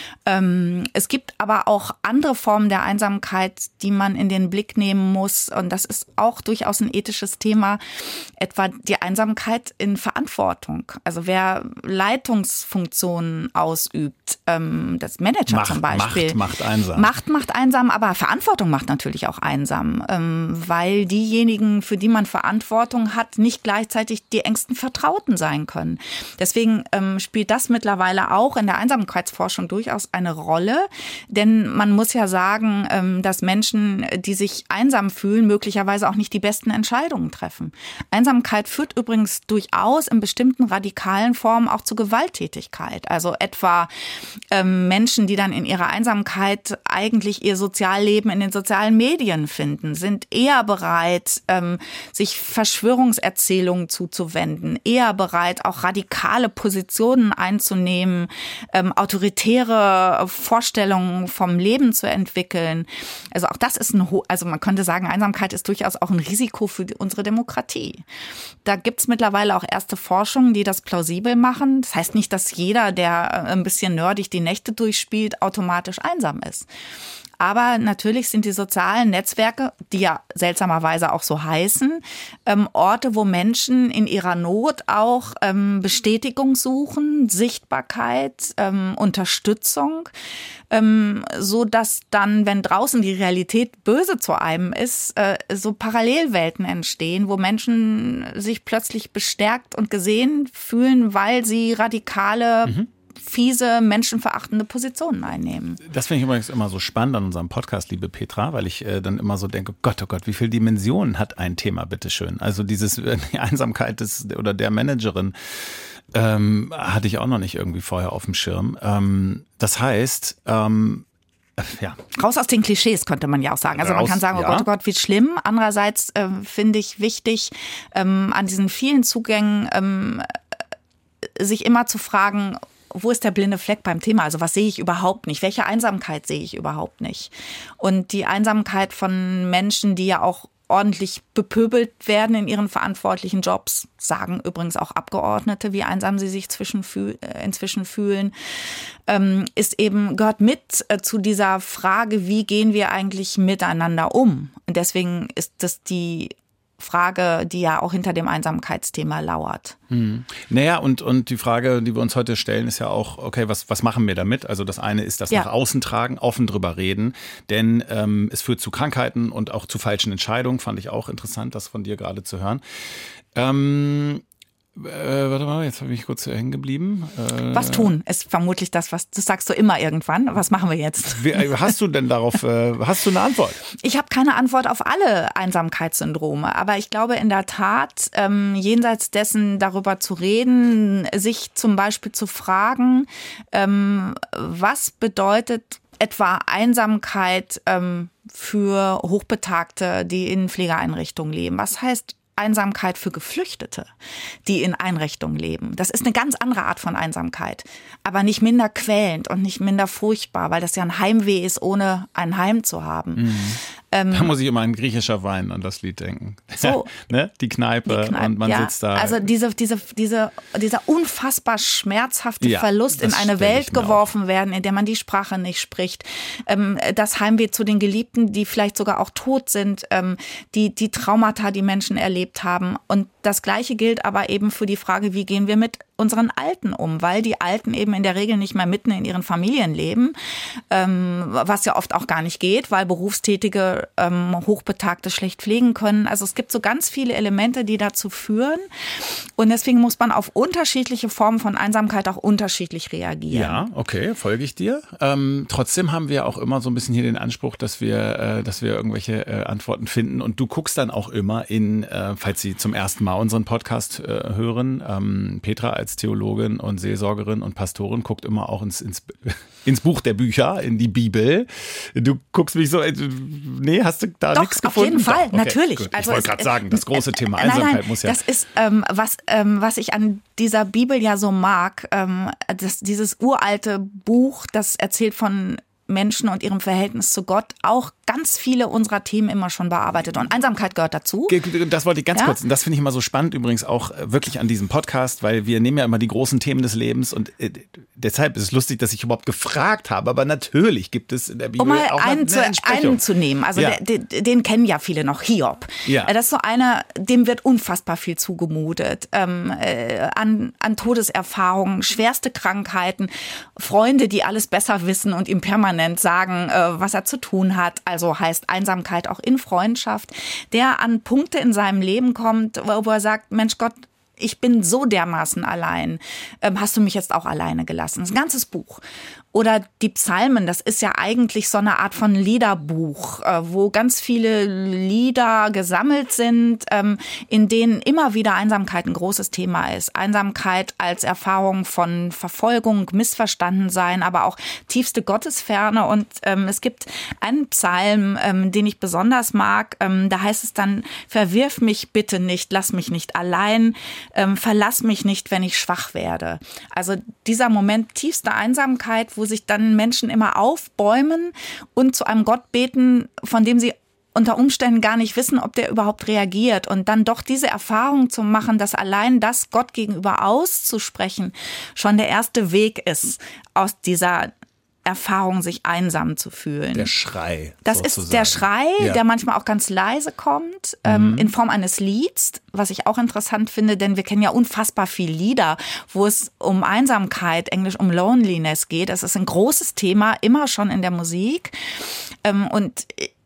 Ähm, es gibt aber auch andere Formen der Einsamkeit, die man in den Blick nehmen muss. Und das ist auch durchaus ein ethisches Thema, etwa die Einsamkeit in Verantwortung. Also wer Leitungsfunktionen ausübt, ähm, das Manager Macht, zum Beispiel. Macht macht einsam. Macht macht einsam, aber Verantwortung macht natürlich auch einsam, ähm, weil diejenigen, für die man Verantwortung hat, nicht gleichzeitig die engsten Vertrauten sein können. Deswegen ähm, spielt das mittlerweile auch in der Einsamkeitsforschung durchaus eine Rolle, denn man muss ja sagen, ähm, dass Menschen, die sich einsam fühlen, möglicherweise auch nicht die besten Entscheidungen treffen. Einsamkeit führt übrigens durchaus in bestimmten radikalen Formen auch zu Gewalttätigkeit. Also etwa ähm, Menschen, die dann in ihrer Einsamkeit eigentlich ihr Sozialleben in den sozialen Medien finden, sind eher bereit, ähm, sich Verschwörungserzählungen zuzuwenden, eher bereit, auch radikale Positionen einzunehmen, ähm, autoritäre Vorstellungen vom Leben zu entwickeln. Also auch das ist ein, also man könnte sagen, Einsamkeit ist durchaus auch ein Risiko für unsere Demokratie. Da gibt's mittlerweile auch erste Forschungen, die das plausibel machen. Das heißt nicht, dass jeder, der ein bisschen nerdig die Nächte durchspielt, automatisch einsam ist. Aber natürlich sind die sozialen Netzwerke, die ja seltsamerweise auch so heißen, ähm, Orte, wo Menschen in ihrer Not auch ähm, Bestätigung suchen, Sichtbarkeit, ähm, Unterstützung, ähm, so dass dann, wenn draußen die Realität böse zu einem ist, äh, so Parallelwelten entstehen, wo Menschen sich plötzlich bestärkt und gesehen fühlen, weil sie radikale mhm. fiese, menschenverachtende Positionen einnehmen. Das finde ich übrigens immer so spannend an unserem Podcast, liebe Petra, weil ich äh, dann immer so denke, Gott, oh Gott, wie viele Dimensionen hat ein Thema, bitteschön. Also dieses, die Einsamkeit des oder der Managerin ähm, hatte ich auch noch nicht irgendwie vorher auf dem Schirm. Ähm, das heißt, ähm, ja. Raus aus den Klischees, könnte man ja auch sagen. Also Raus, man kann sagen, oh ja. Gott, oh Gott, wie schlimm. Andererseits äh, finde ich wichtig, ähm, an diesen vielen Zugängen ähm, sich immer zu fragen, wo ist der blinde Fleck beim Thema? Also was sehe ich überhaupt nicht? Welche Einsamkeit sehe ich überhaupt nicht? Und die Einsamkeit von Menschen, die ja auch ordentlich bepöbelt werden in ihren verantwortlichen Jobs, sagen übrigens auch Abgeordnete, wie einsam sie sich inzwischen fühlen, ist eben, gehört mit zu dieser Frage, wie gehen wir eigentlich miteinander um? Und deswegen ist das die Frage, die ja auch hinter dem Einsamkeitsthema lauert. Hm. Naja, und, und die Frage, die wir uns heute stellen, ist ja auch, okay, was, was machen wir damit? Also das eine ist das ja. nach außen tragen, offen drüber reden, denn ähm, es führt zu Krankheiten und auch zu falschen Entscheidungen, fand ich auch interessant, das von dir gerade zu hören. Ähm, Äh, warte mal, jetzt habe ich kurz hängen geblieben. Äh, was tun ist vermutlich das, was das sagst du immer irgendwann. Was machen wir jetzt? Wie, hast du denn darauf, äh, hast du eine Antwort? Ich habe keine Antwort auf alle Einsamkeitssyndrome, aber ich glaube in der Tat, ähm, jenseits dessen darüber zu reden, sich zum Beispiel zu fragen, ähm, was bedeutet etwa Einsamkeit ähm, für Hochbetagte, die in Pflegeeinrichtungen leben? Was heißt Einsamkeit für Geflüchtete, die in Einrichtungen leben? Das ist eine ganz andere Art von Einsamkeit, aber nicht minder quälend und nicht minder furchtbar, weil das ja ein Heimweh ist, ohne ein Heim zu haben. Mhm. Ähm, da muss ich immer an griechischer Wein, an das Lied denken. So. ne? Die Kneipe, die Kneipe und man ja. sitzt da. Also diese, diese, diese, dieser unfassbar schmerzhafte ja, Verlust, in eine Welt geworfen werden, in der man die Sprache nicht spricht. Ähm, das Heimweh zu den Geliebten, die vielleicht sogar auch tot sind, ähm, die, die Traumata, die Menschen erlebt haben. Und das Gleiche gilt aber eben für die Frage, wie gehen wir mit unseren Alten um, weil die Alten eben in der Regel nicht mehr mitten in ihren Familien leben, ähm, was ja oft auch gar nicht geht, weil Berufstätige ähm, Hochbetagte schlecht pflegen können. Also es gibt so ganz viele Elemente, die dazu führen und deswegen muss man auf unterschiedliche Formen von Einsamkeit auch unterschiedlich reagieren. Ja, okay, folge ich dir. Ähm, trotzdem haben wir auch immer so ein bisschen hier den Anspruch, dass wir, äh, dass wir irgendwelche äh, Antworten finden und du guckst dann auch immer in, äh, falls Sie zum ersten Mal unseren Podcast äh, hören, ähm, Petra als als Theologin und Seelsorgerin und Pastorin guckt immer auch ins, ins, ins Buch der Bücher, in die Bibel. Du guckst mich so, nee, hast du da Doch, nichts gefunden? Auf jeden Fall, okay, natürlich. Gut. Also ich wollte gerade sagen, das große Thema äh, Einsamkeit nein, nein, muss ja... Das ist, ähm, was, ähm, was ich an dieser Bibel ja so mag, ähm, das, dieses uralte Buch, das erzählt von Menschen und ihrem Verhältnis zu Gott auch ganz viele unserer Themen immer schon bearbeitet. Und Einsamkeit gehört dazu. Das wollte ich ganz ja? kurz. Und das finde ich immer so spannend übrigens auch wirklich an diesem Podcast, weil wir nehmen ja immer die großen Themen des Lebens und äh, deshalb ist es lustig, dass ich überhaupt gefragt habe. Aber natürlich gibt es in der Bibel um mal auch einen, eine, zu, eine einen zu nehmen. Also ja. den, den kennen ja viele noch, Hiob. Ja. Das ist so einer, dem wird unfassbar viel zugemutet. Ähm, äh, an, an Todeserfahrungen, schwerste Krankheiten, Freunde, die alles besser wissen und ihm permanent sagen, äh, was er zu tun hat. Also heißt Einsamkeit auch in Freundschaft, der an Punkte in seinem Leben kommt, wo er sagt, Mensch Gott, ich bin so dermaßen allein. Ähm, hast du mich jetzt auch alleine gelassen? Das ist ein ganzes Buch. Oder die Psalmen, das ist ja eigentlich so eine Art von Liederbuch, äh, wo ganz viele Lieder gesammelt sind, ähm, in denen immer wieder Einsamkeit ein großes Thema ist. Einsamkeit als Erfahrung von Verfolgung, Missverstandensein, aber auch tiefste Gottesferne. Und ähm, es gibt einen Psalm, ähm, den ich besonders mag. Ähm, da heißt es dann, verwirf mich bitte nicht, lass mich nicht allein, ähm, verlass mich nicht, wenn ich schwach werde. Also dieser Moment tiefster Einsamkeit, wo sich dann Menschen immer aufbäumen und zu einem Gott beten, von dem sie unter Umständen gar nicht wissen, ob der überhaupt reagiert. Und dann doch diese Erfahrung zu machen, dass allein das Gott gegenüber auszusprechen schon der erste Weg ist, aus dieser Erfahrung, sich einsam zu fühlen. Der Schrei. Das sozusagen. ist der Schrei, ja. der manchmal auch ganz leise kommt, ähm, mhm. in Form eines Lieds, was ich auch interessant finde, denn wir kennen ja unfassbar viele Lieder, wo es um Einsamkeit, englisch um Loneliness geht. Das ist ein großes Thema, immer schon in der Musik. Ähm, und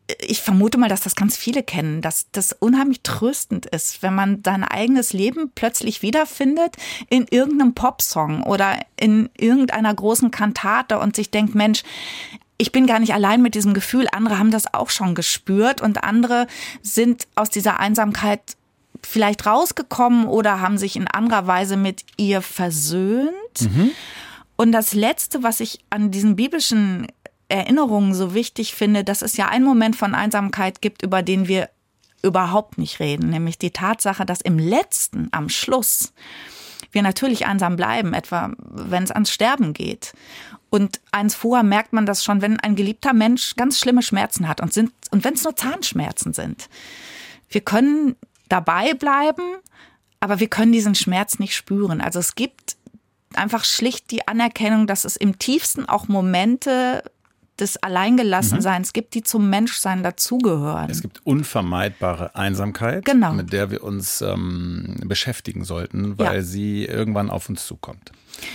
ich vermute mal, dass das ganz viele kennen, dass das unheimlich tröstend ist, wenn man sein eigenes Leben plötzlich wiederfindet in irgendeinem Popsong oder in irgendeiner großen Kantate und sich denkt, Mensch, ich bin gar nicht allein mit diesem Gefühl, andere haben das auch schon gespürt und andere sind aus dieser Einsamkeit vielleicht rausgekommen oder haben sich in anderer Weise mit ihr versöhnt. Mhm. Und das Letzte, was ich an diesen biblischen Erinnerungen so wichtig finde, dass es ja einen Moment von Einsamkeit gibt, über den wir überhaupt nicht reden, nämlich die Tatsache, dass im Letzten, am Schluss, wir natürlich einsam bleiben, etwa wenn es ans Sterben geht. Und eins vorher merkt man das schon, wenn ein geliebter Mensch ganz schlimme Schmerzen hat und, sind, und wenn es nur Zahnschmerzen sind. Wir können dabei bleiben, aber wir können diesen Schmerz nicht spüren. Also es gibt einfach schlicht die Anerkennung, dass es im tiefsten auch Momente des Alleingelassenseins mhm. gibt, die zum Menschsein dazugehören. Es gibt unvermeidbare Einsamkeit, genau. mit der wir uns ähm, beschäftigen sollten, weil ja. sie irgendwann auf uns zukommt.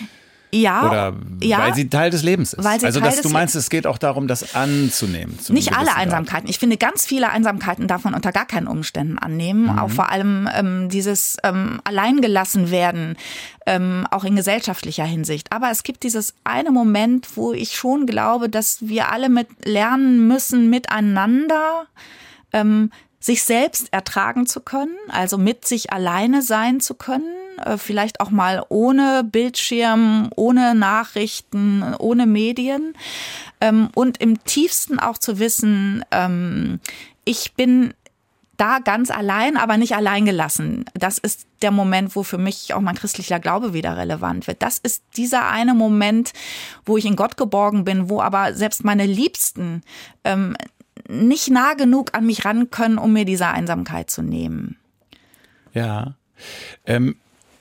Ja, Oder ja, weil sie Teil des Lebens ist. Weil sie also Teil dass des du meinst, es geht auch darum, das anzunehmen. Nicht alle Einsamkeiten. Ich finde, ganz viele Einsamkeiten darf man unter gar keinen Umständen annehmen. Mhm. Auch vor allem ähm, dieses ähm, Alleingelassen werden, ähm, auch in gesellschaftlicher Hinsicht. Aber es gibt dieses eine Moment, wo ich schon glaube, dass wir alle mit lernen müssen, miteinander ähm, sich selbst ertragen zu können, also mit sich alleine sein zu können, vielleicht auch mal ohne Bildschirm, ohne Nachrichten, ohne Medien und im tiefsten auch zu wissen, ich bin da ganz allein, aber nicht allein gelassen. Das ist der Moment, wo für mich auch mein christlicher Glaube wieder relevant wird. Das ist dieser eine Moment, wo ich in Gott geborgen bin, wo aber selbst meine Liebsten ähm, nicht nah genug an mich ran können, um mir diese Einsamkeit zu nehmen. Ja, ähm,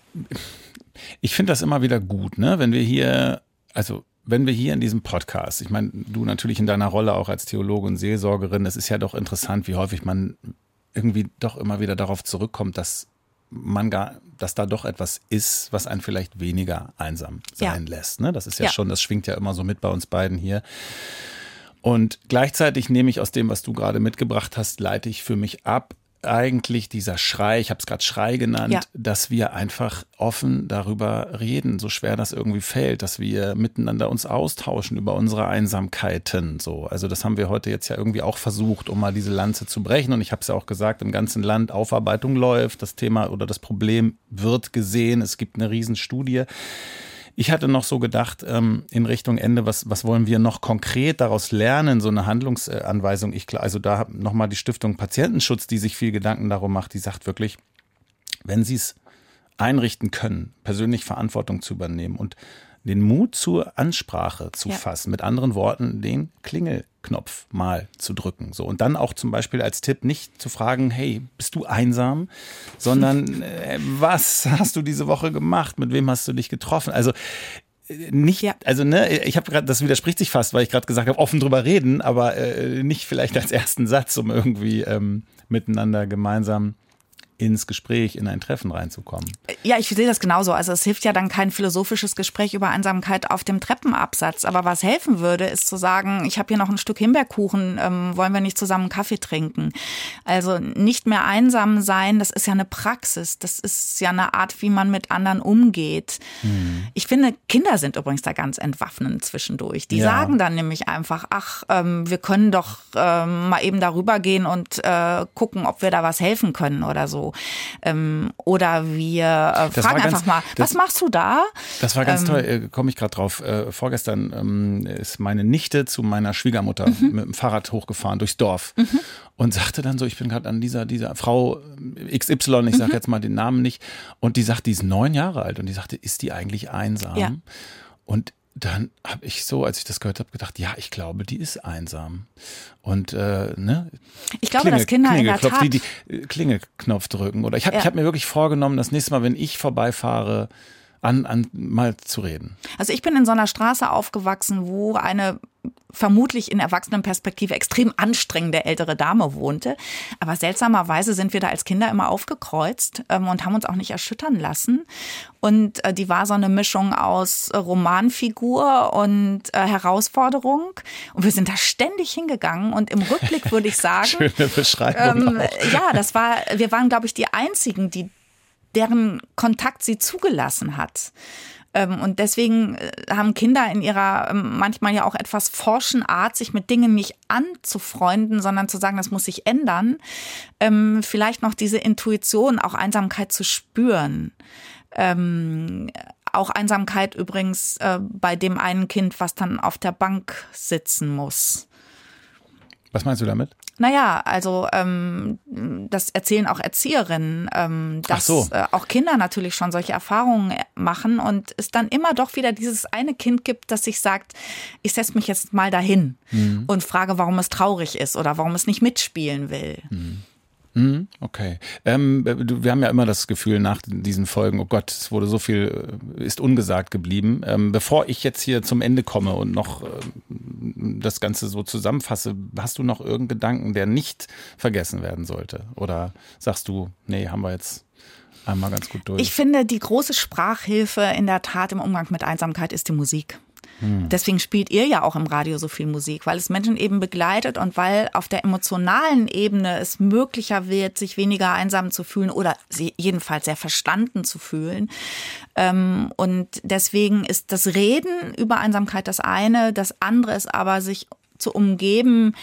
ich finde das immer wieder gut, ne? Wenn wir hier, also wenn wir hier in diesem Podcast, ich meine, du natürlich in deiner Rolle auch als Theologe und Seelsorgerin, es ist ja doch interessant, wie häufig man irgendwie doch immer wieder darauf zurückkommt, dass man gar, dass da doch etwas ist, was einen vielleicht weniger einsam sein ja. lässt. Ne? Das ist ja, ja schon, das schwingt ja immer so mit bei uns beiden hier. Und gleichzeitig nehme ich aus dem, was du gerade mitgebracht hast, leite ich für mich ab, eigentlich dieser Schrei, ich habe es gerade Schrei genannt, ja. dass wir einfach offen darüber reden, so schwer das irgendwie fällt, dass wir miteinander uns austauschen über unsere Einsamkeiten. So, also das haben wir heute jetzt ja irgendwie auch versucht, um mal diese Lanze zu brechen. Und ich habe es ja auch gesagt, im ganzen Land Aufarbeitung läuft, das Thema oder das Problem wird gesehen, es gibt eine Riesenstudie. Ich hatte noch so gedacht, ähm, in Richtung Ende, was, was wollen wir noch konkret daraus lernen, so eine Handlungsanweisung. Ich, also da nochmal die Stiftung Patientenschutz, die sich viel Gedanken darum macht, die sagt wirklich, wenn Sie es einrichten können, persönlich Verantwortung zu übernehmen und den Mut zur Ansprache zu ja. fassen, mit anderen Worten, den Klingelknopf mal zu drücken. So. Und dann auch zum Beispiel als Tipp nicht zu fragen, hey, bist du einsam? Sondern äh, was hast du diese Woche gemacht? Mit wem hast du dich getroffen? Also nicht, ja. also ne, ich habe gerade, das widerspricht sich fast, weil ich gerade gesagt habe, offen drüber reden, aber äh, nicht vielleicht als ersten Satz, um irgendwie ähm, miteinander gemeinsam ins Gespräch, in ein Treffen reinzukommen. Ja, ich sehe das genauso. Also es hilft ja dann kein philosophisches Gespräch über Einsamkeit auf dem Treppenabsatz. Aber was helfen würde, ist zu sagen, ich habe hier noch ein Stück Himbeerkuchen, ähm, wollen wir nicht zusammen Kaffee trinken? Also nicht mehr einsam sein, das ist ja eine Praxis. Das ist ja eine Art, wie man mit anderen umgeht. Hm. Ich finde, Kinder sind übrigens da ganz entwaffnend zwischendurch. Die ja. sagen dann nämlich einfach, ach, ähm, wir können doch ähm, mal eben darüber gehen und äh, gucken, ob wir da was helfen können oder so. Ähm, oder wir äh, fragen ganz, einfach mal, das, was machst du da? Das war ganz ähm, toll, äh, komme ich gerade drauf. Äh, vorgestern ähm, ist meine Nichte zu meiner Schwiegermutter mhm. mit dem Fahrrad hochgefahren durchs Dorf mhm. und sagte dann so, ich bin gerade an dieser, dieser Frau X Y, ich sage mhm. jetzt mal den Namen nicht, und die sagt, die ist neun Jahre alt und die sagte, ist die eigentlich einsam? Ja. Und dann habe ich so, als ich das gehört habe, gedacht, ja, ich glaube, die ist einsam. Und äh, ne? Ich glaube, Klingel, dass Kinder in der Tat die, die Klingelknopf drücken. Oder ich habe ja. ich hab mir wirklich vorgenommen, das nächste Mal, wenn ich vorbeifahre, an, an mal zu reden? Also ich bin in so einer Straße aufgewachsen, wo eine vermutlich in Erwachsenenperspektive extrem anstrengende ältere Dame wohnte. Aber seltsamerweise sind wir da als Kinder immer aufgekreuzt ähm, und haben uns auch nicht erschüttern lassen. Und äh, die war so eine Mischung aus äh, Romanfigur und äh, Herausforderung. Und wir sind da ständig hingegangen. Und im Rückblick würde ich sagen, schöne Beschreibung. Ähm, ja, das war, wir waren, glaube ich, die Einzigen, die deren Kontakt sie zugelassen hat. Und deswegen haben Kinder in ihrer manchmal ja auch etwas forschen Art, sich mit Dingen nicht anzufreunden, sondern zu sagen, das muss sich ändern, vielleicht noch diese Intuition, auch Einsamkeit zu spüren. Auch Einsamkeit übrigens bei dem einen Kind, was dann auf der Bank sitzen muss. Was meinst du damit? Naja, also ähm, das erzählen auch Erzieherinnen, ähm, dass so. äh, auch Kinder natürlich schon solche Erfahrungen machen und es dann immer doch wieder dieses eine Kind gibt, das sich sagt, ich setze mich jetzt mal dahin mhm. und frage, warum es traurig ist oder warum es nicht mitspielen will. Mhm. Okay. Ähm, wir haben ja immer das Gefühl nach diesen Folgen, oh Gott, es wurde so viel, ist ungesagt geblieben. Ähm, bevor ich jetzt hier zum Ende komme und noch ähm, das Ganze so zusammenfasse, hast du noch irgendeinen Gedanken, der nicht vergessen werden sollte? Oder sagst du, nee, haben wir jetzt einmal ganz gut durch? Ich finde, die große Sprachhilfe in der Tat im Umgang mit Einsamkeit ist die Musik. Deswegen spielt ihr ja auch im Radio so viel Musik, weil es Menschen eben begleitet und weil auf der emotionalen Ebene es möglicher wird, sich weniger einsam zu fühlen oder jedenfalls sehr verstanden zu fühlen. Und deswegen ist das Reden über Einsamkeit das eine, das andere ist aber, sich zu umgeben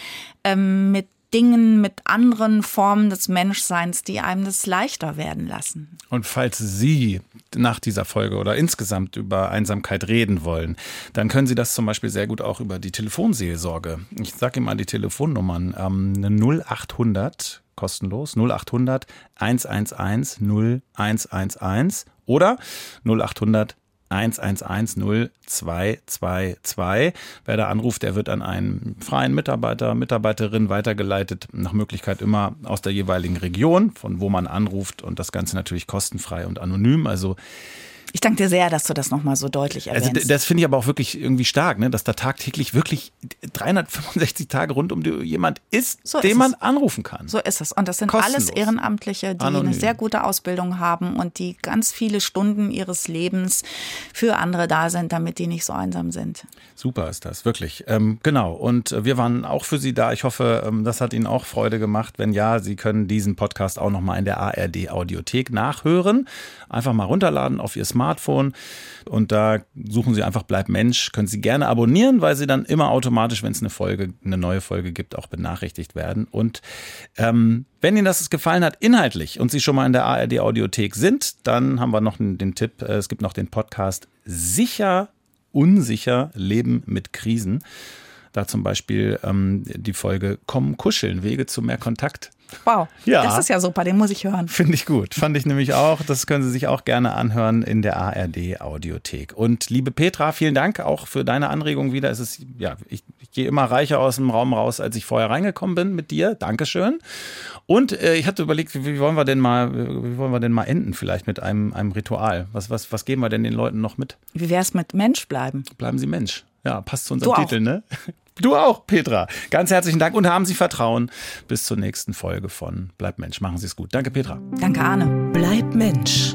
mit Dingen, mit anderen Formen des Menschseins, die einem das leichter werden lassen. Und falls Sie nach dieser Folge oder insgesamt über Einsamkeit reden wollen, dann können Sie das zum Beispiel sehr gut auch über die Telefonseelsorge. Ich sage Ihnen mal die Telefonnummern. Ähm, null acht hundert, kostenlos, null acht hundert, eins eins eins, null eins eins eins oder null acht hundert, eins eins eins null zwei zwei zwei. Wer da anruft, der wird an einen freien Mitarbeiter, Mitarbeiterin weitergeleitet, nach Möglichkeit immer aus der jeweiligen Region, von wo man anruft und das Ganze natürlich kostenfrei und anonym. Also ich danke dir sehr, dass du das nochmal so deutlich erwähnst. Also das finde ich aber auch wirklich irgendwie stark, ne? Dass da tagtäglich wirklich dreihundertfünfundsechzig Tage rund um die jemand ist, so den ist man es. anrufen kann. So ist es. Und das sind Kostenlos. alles Ehrenamtliche, die Anonym. eine sehr gute Ausbildung haben und die ganz viele Stunden ihres Lebens für andere da sind, damit die nicht so einsam sind. Super ist das, wirklich. Ähm, genau. Und wir waren auch für Sie da. Ich hoffe, das hat Ihnen auch Freude gemacht. Wenn ja, Sie können diesen Podcast auch nochmal in der A R D-Audiothek nachhören. Einfach mal runterladen auf Ihr Smartphone. Und da suchen Sie einfach Bleib Mensch. Können Sie gerne abonnieren, weil Sie dann immer automatisch, wenn es eine Folge, eine neue Folge gibt, auch benachrichtigt werden. Und ähm, wenn Ihnen das gefallen hat, inhaltlich, und Sie schon mal in der A R D-Audiothek sind, dann haben wir noch den Tipp, es gibt noch den Podcast Sicher, unsicher, Leben mit Krisen. Da zum Beispiel ähm, die Folge Kommen, kuscheln, Wege zu mehr Kontakt. Wow, ja. Das ist ja super, den muss ich hören. Finde ich gut, fand ich nämlich auch. Das können Sie sich auch gerne anhören in der A R D-Audiothek. Und liebe Petra, vielen Dank auch für deine Anregung wieder. Es ist, ja, ich, ich gehe immer reicher aus dem Raum raus, als ich vorher reingekommen bin mit dir. Dankeschön. Und äh, ich hatte überlegt, wie, wie wollen wir denn mal, wie wollen wir denn mal enden vielleicht mit einem, einem Ritual? Was, was, was geben wir denn den Leuten noch mit? Wie wär's mit Mensch bleiben? Bleiben Sie Mensch. Ja, passt zu unserem Du Titel, auch. ne? Du auch, Petra. Ganz herzlichen Dank und haben Sie Vertrauen. Bis zur nächsten Folge von Bleib Mensch. Machen Sie es gut. Danke, Petra. Danke, Arne. Bleib Mensch.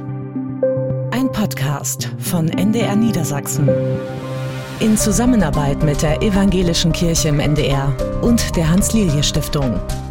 Ein Podcast von N D R Niedersachsen. In Zusammenarbeit mit der Evangelischen Kirche im N D R und der Hans-Lilje-Stiftung.